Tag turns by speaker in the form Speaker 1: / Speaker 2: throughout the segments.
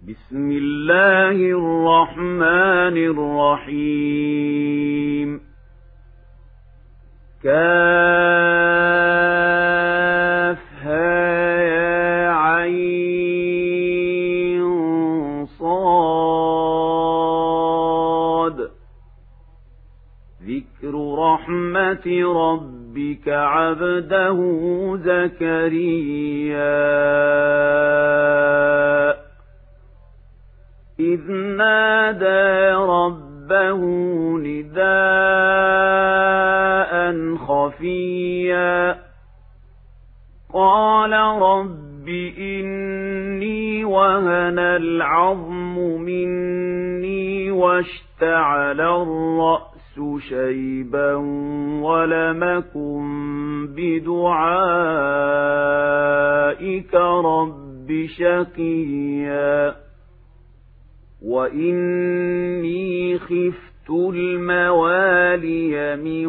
Speaker 1: بسم الله الرحمن الرحيم كافها يا عين صاد ذكر رحمة ربك عبده زكريا إذ نادى ربه نداء خفيا قال رب إني وهن العظم مني واشتعل الرأس شيبا ولم أكن بدعائك رب شقيا وإني خفت الموالي من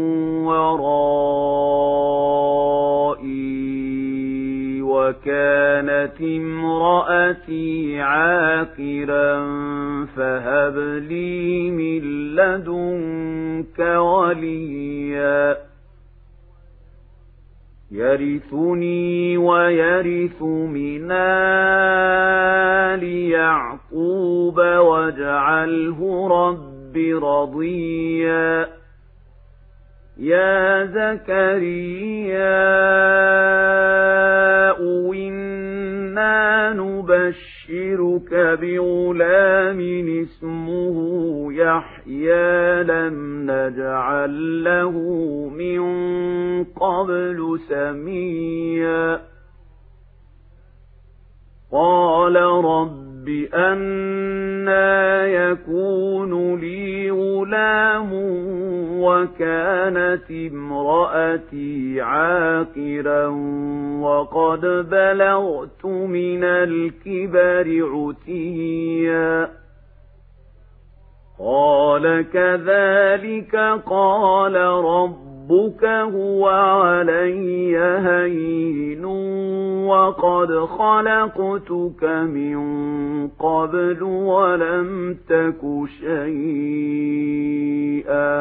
Speaker 1: ورائي وكانت امرأتي عاقرا فهب لي من لدنك وليا يرثني ويرث من آل يعقوب واجعله رب رضيا يا زكريا إنا نبشرك بغلام اسمه يحيى لم نجعل له من قبل سميا قال رب أنى يكون لي غلام وكانت امرأتي عاقرا وقد بلغت من الكبر عتيا قال كذلك قال ربك هو علي هين وقد خلقتك من قبل ولم تك شيئا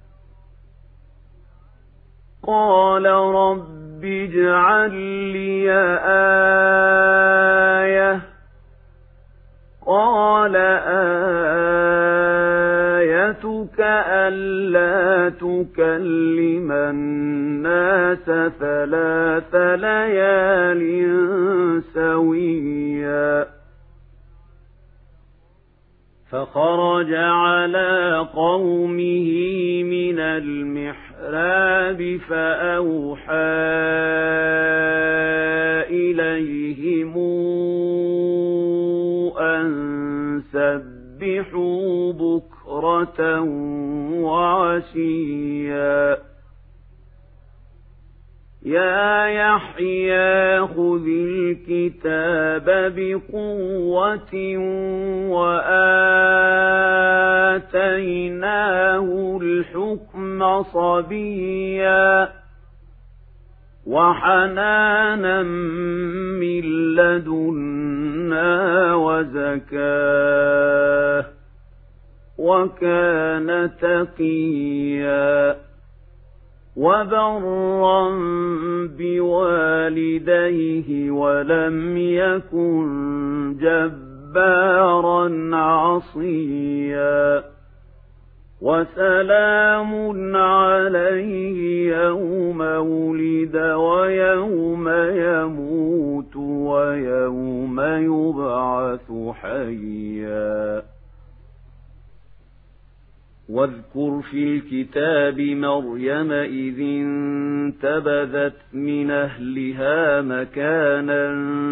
Speaker 1: قال رب اجعل لي آية قال آيتك ألا تكلم الناس 3 ليال سويا فخرج على قومه من المحراب فأوحى إليهم أن سبحوا بكرة وعشيا يا يحيى خذ الكتاب بقوة وآتيناه الحكم صبيا وحنانا من لدنا وزكاه وكان تقيا وبرا بوالديه ولم يكن جبارا عصيا وسلام عليه يوم ولد ويوم يموت ويوم يبعث حيا واذكر في الكتاب مريم إذ انتبذت من أهلها مكانا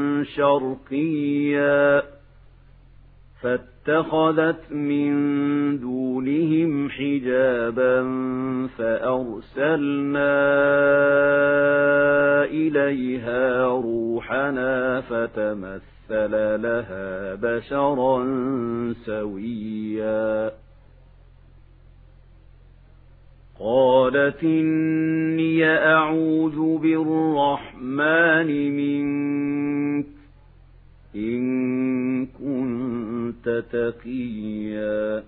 Speaker 1: شرقيا فاتخذت من دونهم حجابا فأرسلنا إليها روحنا فتمثل لها بشرا سويا قالت إني أعوذ بالرحمن منك إن كنت كنت تقيا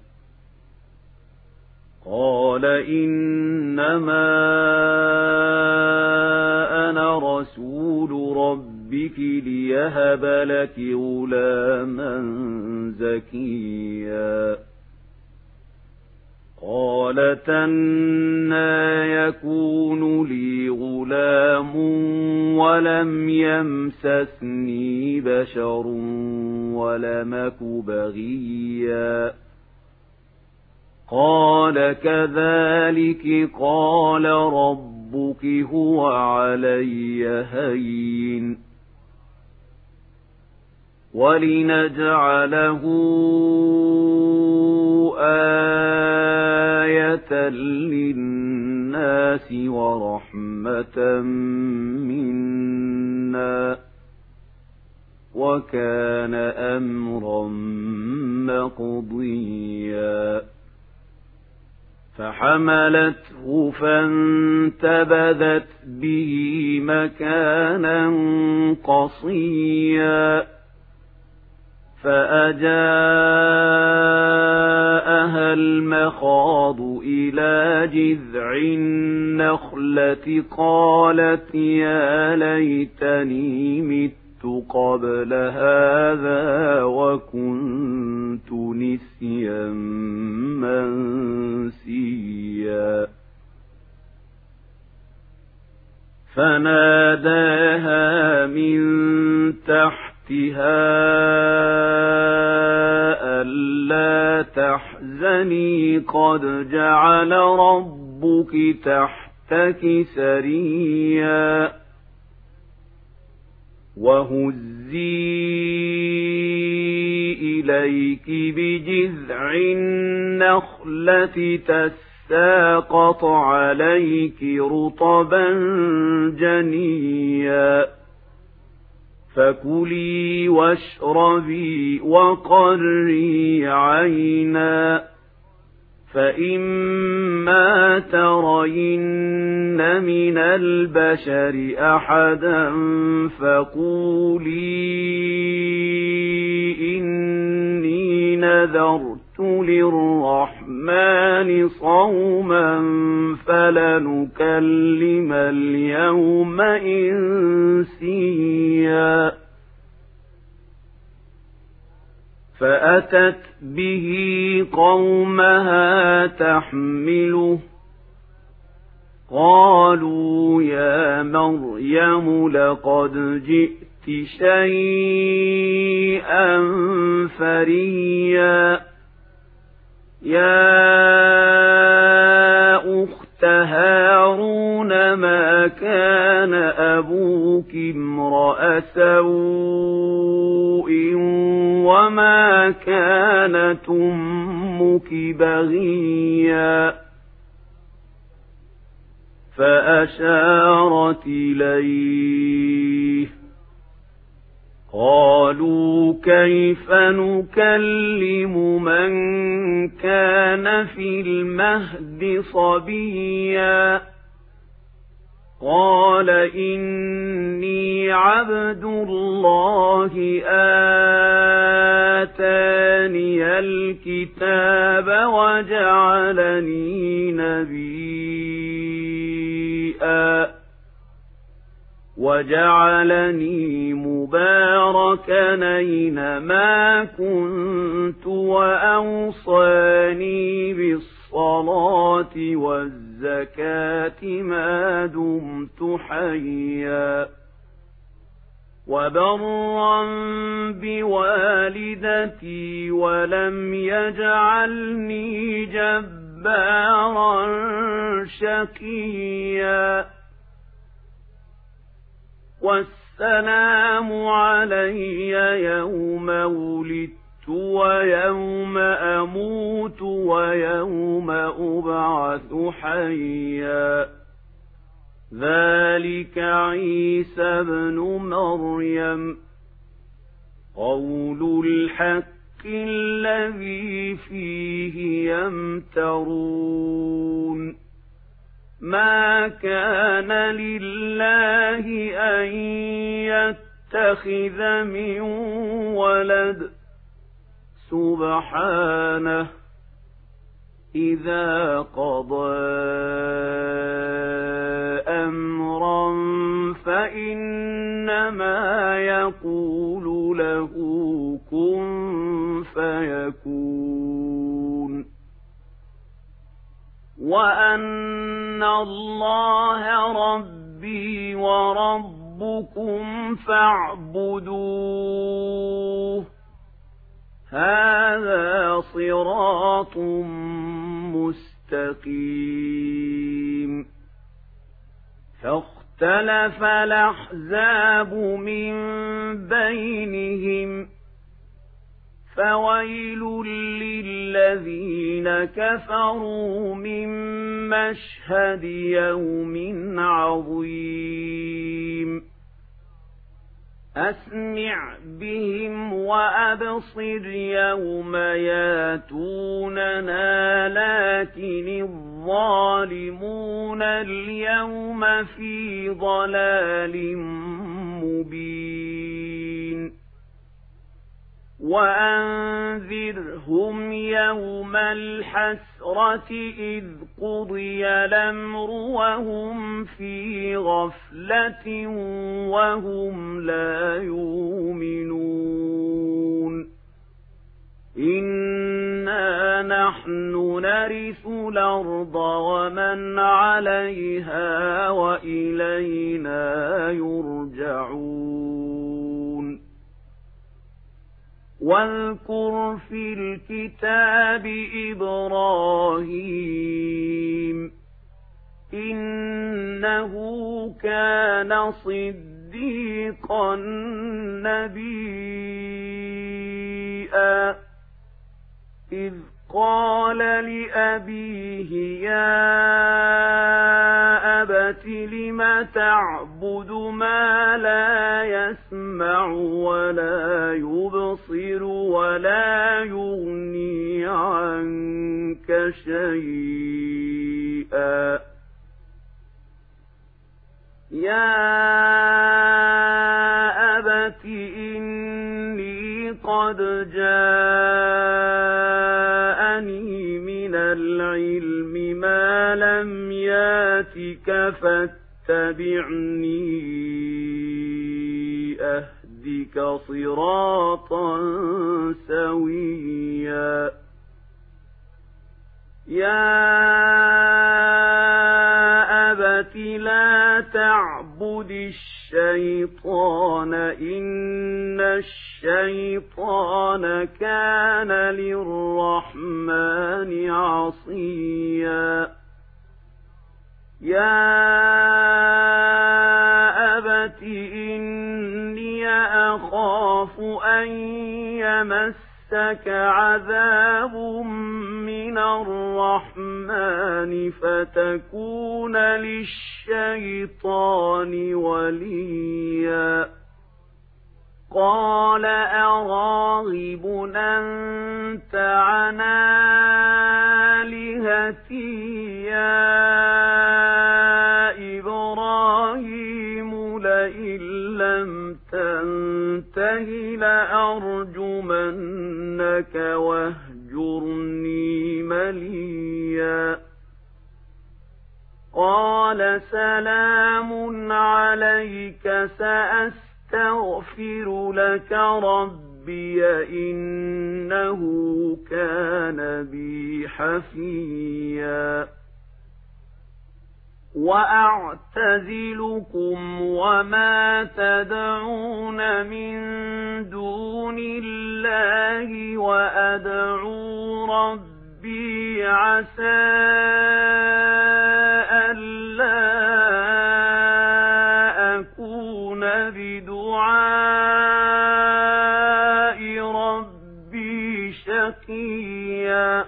Speaker 1: قال إنما أنا رسول ربك ليهب لك غلاما زكيا قالت أنى يكون لي غلام ولم يمسسني بشر ولم أك بغيا قال كذلك قال ربك هو علي هين ولنجعله آية للناس ورحمة منا وكان أمرا مقضيا فحملته فانتبذت به مكانا قصيا فأجاءها المخاض إلى جذع النخلة قالت يا ليتني مت قبل هذا وكنت نسيا منسيا فناداها من تحتها ألا تحزني قد جعل ربك تحتك سريا وهزي إليك بجذع النخلة تساقط عليك رطبا جنيا فكلي واشربي وقري عينا فإما ترين من البشر أحدا فقولي إني نذرت للرحمن صوما فلنكلم اليوم إنسيا فأتت به قومها تحمله قالوا يا مريم لقد جئت شيئا فريا يا أخت هارون ما كان أبوك امرأ سوء وما كانت أمك بغيا فأشارت إليه قالوا كيف نكلم من كان في المهد صبيا قال إني عبد الله آتاني الكتاب وجعلني نبيا وجعلني مباركا أينما كنت وأوصاني بالصلاة والزكاة ما دمت حيا وبرا بوالدتي ولم يجعلني جبارا شقيا والسلام علي يوم ولدت ويوم أموت ويوم أبعث حيا ذلك عيسى ابن مريم قول الحق الذي فيه يمترون ما كان لله أن يتخذ من ولد سبحانه إذا قضى أمرا فإنما يقول له كن فيكون وأن الله ربي وربكم فاعبدوه هذا صراط مستقيم فاختلف الأحزاب من بينهم فويل للذين كفروا من مشهد يوم عظيم أسمع بهم وأبصر يوم ياتوننا لكن الظالمون اليوم في ضلال مبين وأنذرهم يوم الحسرة إذ قضي الأمر وهم في غفلة وهم لا يؤمنون إنا نحن نرث الأرض ومن عليها وإلينا يرجعون واذكر في الكتاب إبراهيم إنه كان صديقا نبيا إذ قال لأبيه يا أبت لم تعبد ما لا يسمع ولا يبصر ولا يغني عنك شيئا يا أبت إني قد جاءني من العلم ما لم ياتك فاتبعني أهدك صراطا سويا يا أبت لا تعبد الشيطان إن الشيطان كان للرحمن عصيا يا أبت إني أخاف أن يمسك عذاب من الرحمن فتكون للشيطان وليا قال أراغب أنت عن آلهتي يا إبراهيم لئن لم تنته لأرجمنك واهجرني مليا قال سلام عليك سأستغفر لك ربي إنه كان بي حفيا وأعتزلكم وما تدعون من دون الله وأدعو ربي عسى ألا أكون بدعاء ربي شقيا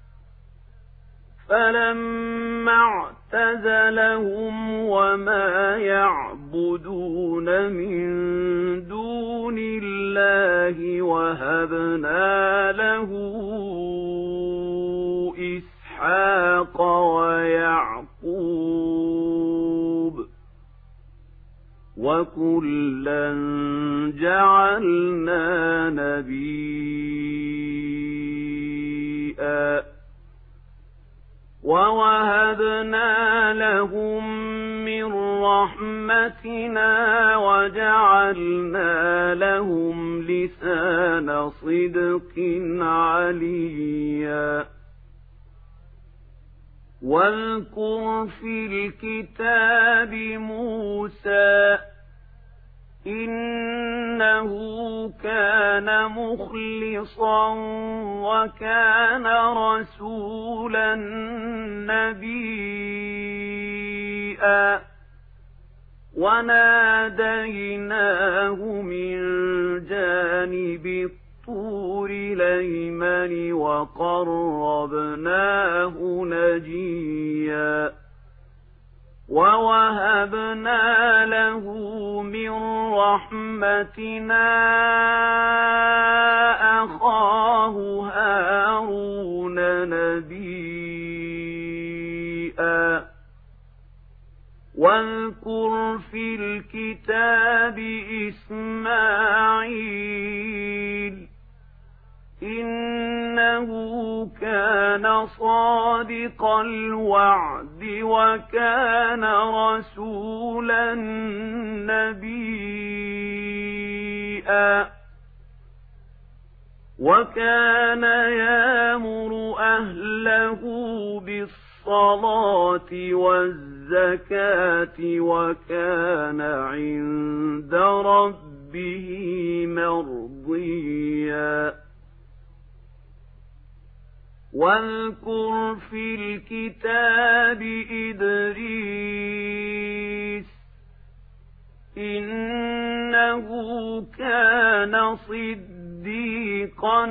Speaker 1: فلما اعتزلهم وما يعبدون من دون الله وهبنا له إسحاق ويعقوب وكلا جعلنا نبيا رحمتنا وجعلنا لهم لسان صدق عليا واذكر في الكتاب موسى إنه كان مخلصا وكان رسولا نبيا وناديناه من جانب الطور الأيمن وقربناه نجيا ووهبنا له من رحمتنا أخاه هارون نبيا واذكر في الكتاب إسماعيل إنه كان صادق الوعد وكان رسولا نبيا وكان يأمر أهله بالصلاة والزكاة وكان عند ربه مرضيا واذكر في الكتاب إدريس إنه كان صديقا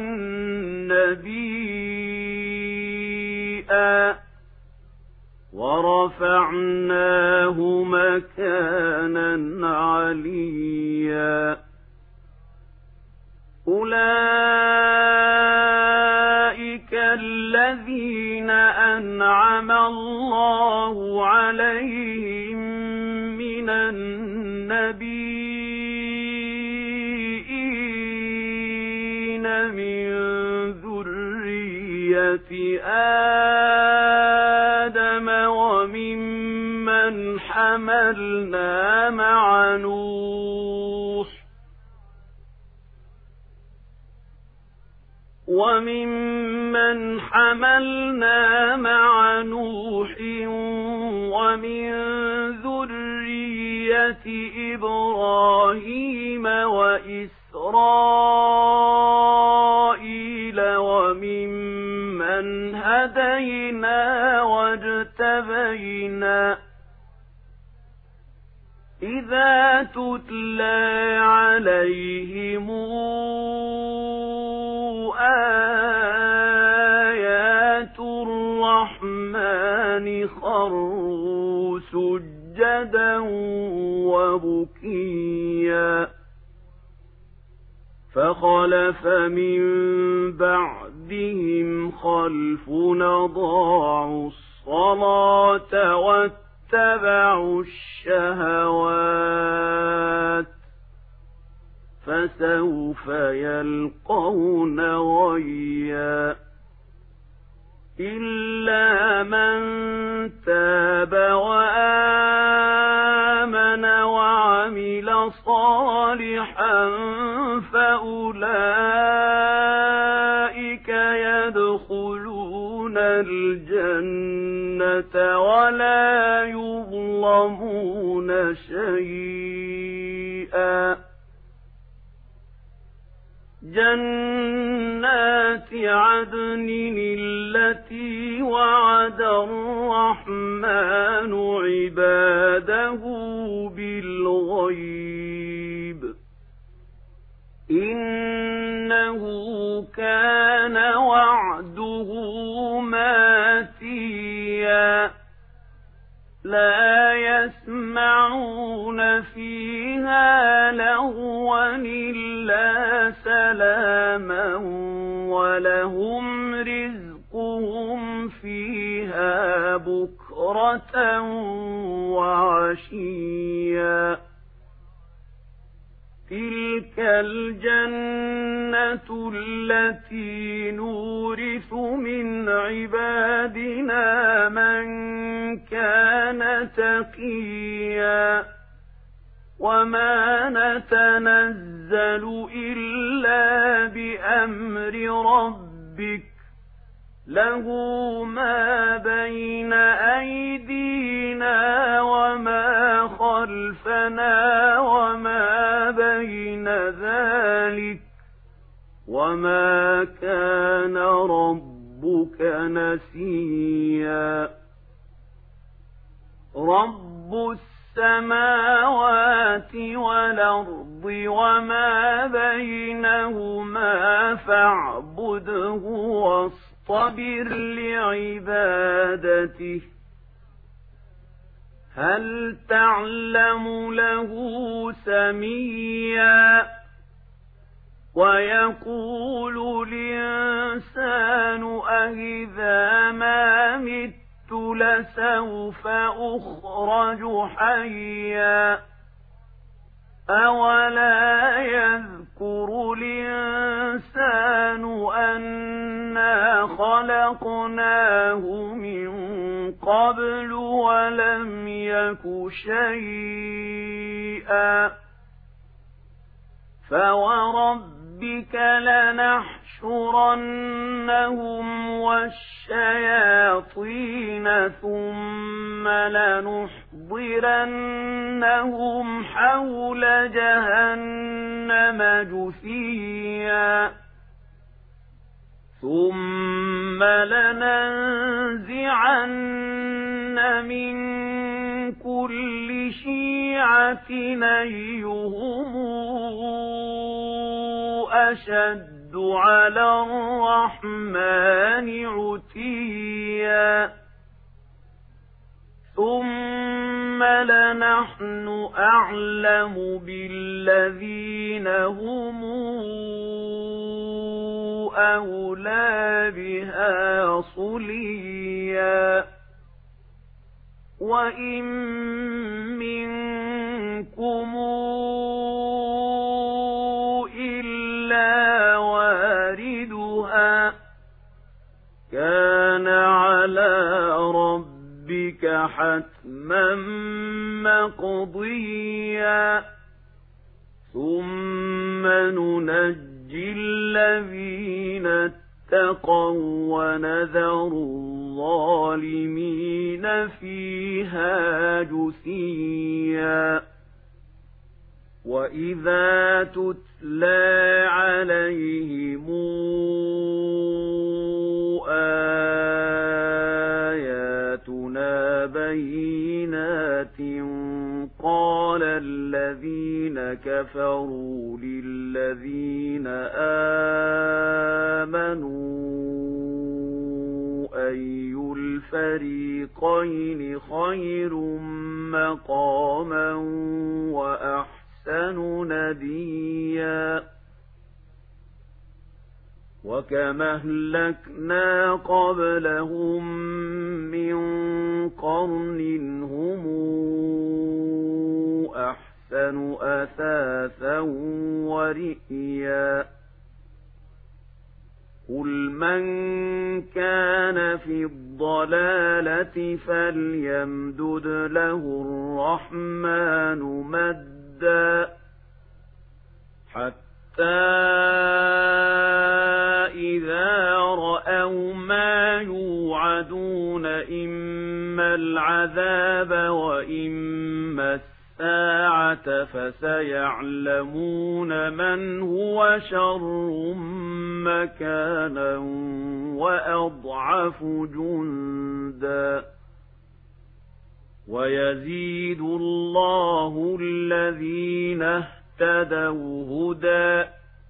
Speaker 1: نبيا ورفعناه مكانا عليا أولئك الذين أنعم الله عليهم من النبيين من ذرية آدم وممن حملنا مع نوح ومن ذرية إبراهيم وإسرائيل وممن هدينا واجتبينا إذا تتلى عليهم آيات الرحمن خروا سجدا وبكيا فخلف من بعدهم خلف أضاعوا الصلاة واتبعوا الشهوات فسوف يلقون غيا إلا من تاب وآمن وعمل صالحا فأولئك يدخلون الجنة ولا يظلمون شيئا جنات عدن التي وعد الرحمن عباده بالغيب إنه كان وعده ماتيا لا يسمعون فيها لغوا إلا سلاما ولهم رزقهم فيها بكرة وعشيا تلك الجنة التي نورث من عبادنا من كان تقيا وما نتنزل إلا بأمر ربك له ما بين أيدينا وما خلفنا وما بين ذلك وما كان ربك نسيا رب السماوات والأرض وما بينهما فاعبده واصطبر لعبادته هل تعلم له سميا ويقول الإنسان أإذا ما مت لسوف أخرج حيا أولا يذكر الإنسان أنا خلقناه من قبل ولم يك شيئا فوربك لنحشرنهم والشياطين ثم لنحضرنهم حول جهنم جثيا ثم لننزعن من كل شيعة أيهم أشد على الرحمن عتيا ثم لنحن أعلم بالذين هم أولى بها صليا وإن منكم إلا واردها كان على ربك حتما مقضيا ثم ننجي الذين اتقوا ونذر الظالمين فيها جثيا وإذا تتلى عليهم آياتنا بينات قال الذين كفروا للذين آمنوا أي الفريقين خير مقاما وأحسن نديا وكما أهلكنا قبلهم من قرن هم أحسن أثاثا ورئيا قل من كان في الضلالة فليمدد له الرحمن مدا حتى إذا رأوا ما يوعدون إما العذاب وإما الساعة فسيعلمون من هو شر مكانا وأضعف جندا ويزيد الله الذين اهتدوا هدى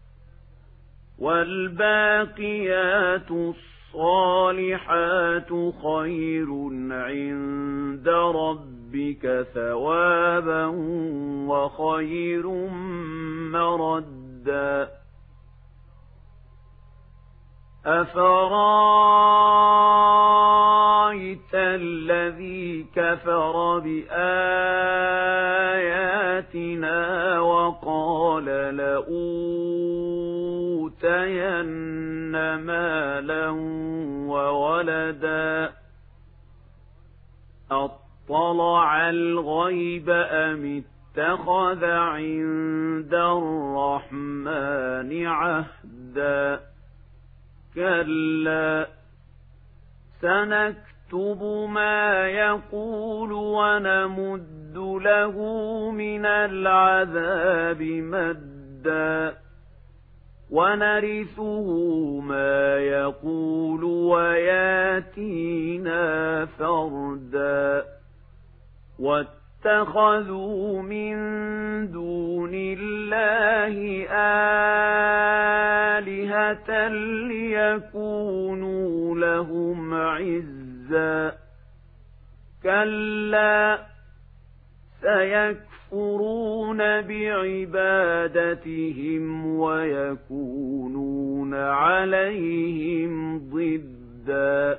Speaker 1: والباقيات الصالحات خير عند ربك ثوابا وخير مردا أفرأيت الذي كفر بآياتنا وقال لأوتين مالا وولدا أطلع الغيب أم اتخذ عند الرحمن عهدا كلا سنكتب ما يقول ونمد له من العذاب مدا ونرثه ما يقول وياتينا فردا واتخذوا من دون الله آلهة ليكونوا لهم عزا كلا سيكفرون بعبادتهم ويكونون عليهم ضدا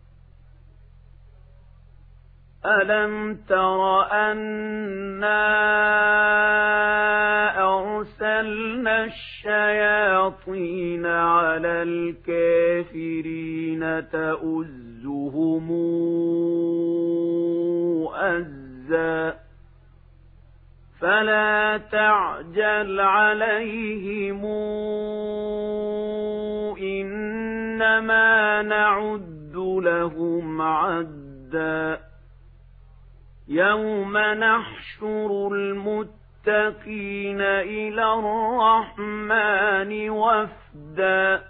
Speaker 1: ألم تر أنا أرسلنا الشياطين على الكافرين تؤزهم أزا فلا تعجل عليهم إنما نعد لهم عدا يوم نحشر المتقين إلى الرحمن وفدا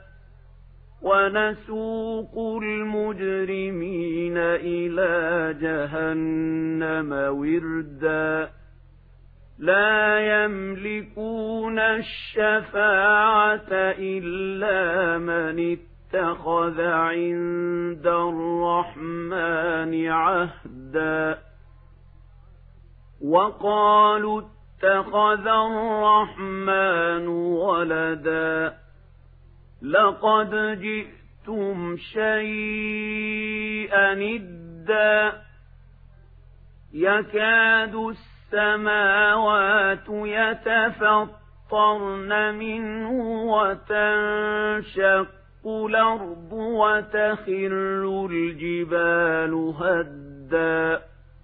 Speaker 1: ونسوق المجرمين إلى جهنم وردا لا يملكون الشفاعة إلا من اتخذ عند الرحمن عهدا وقالوا اتخذ الرحمن ولدا لقد جئتم شيئا إدا يكاد السماوات يتفطرن منه وتنشق الأرض وتخر الجبال هدا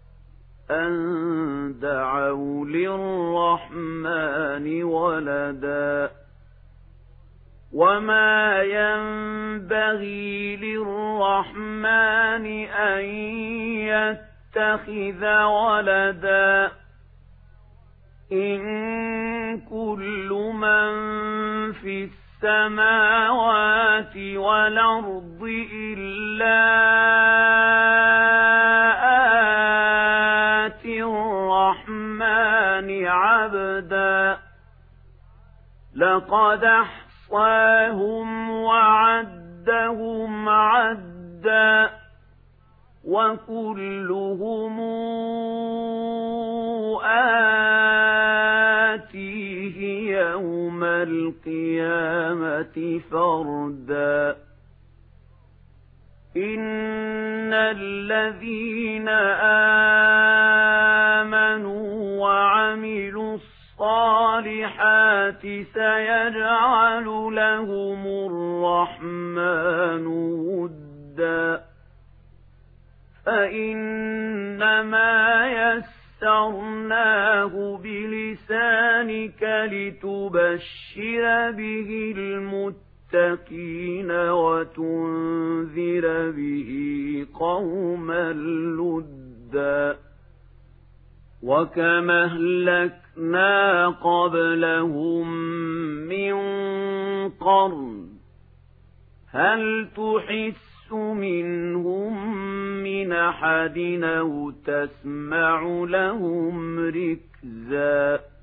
Speaker 1: أن دعوا للرحمن ولدا وما ينبغي للرحمن أن يتخذ ولدا إن كل من في السماوات والأرض إلا آتي الرحمن عبدا لقد أحصاهم وعدهم عدا وكلهم آتيه يوم القيامة فردا إن الذين آمنوا وعملوا الصالحات سيجعل لهم الرحمن ودا فإنما يسرناه بلسانك لتبشر به المتقين وتنذر به قوما لدا وكما أهلكنا قبلهم من قرن هل تحس منهم من أحد أو تسمع لهم ركزا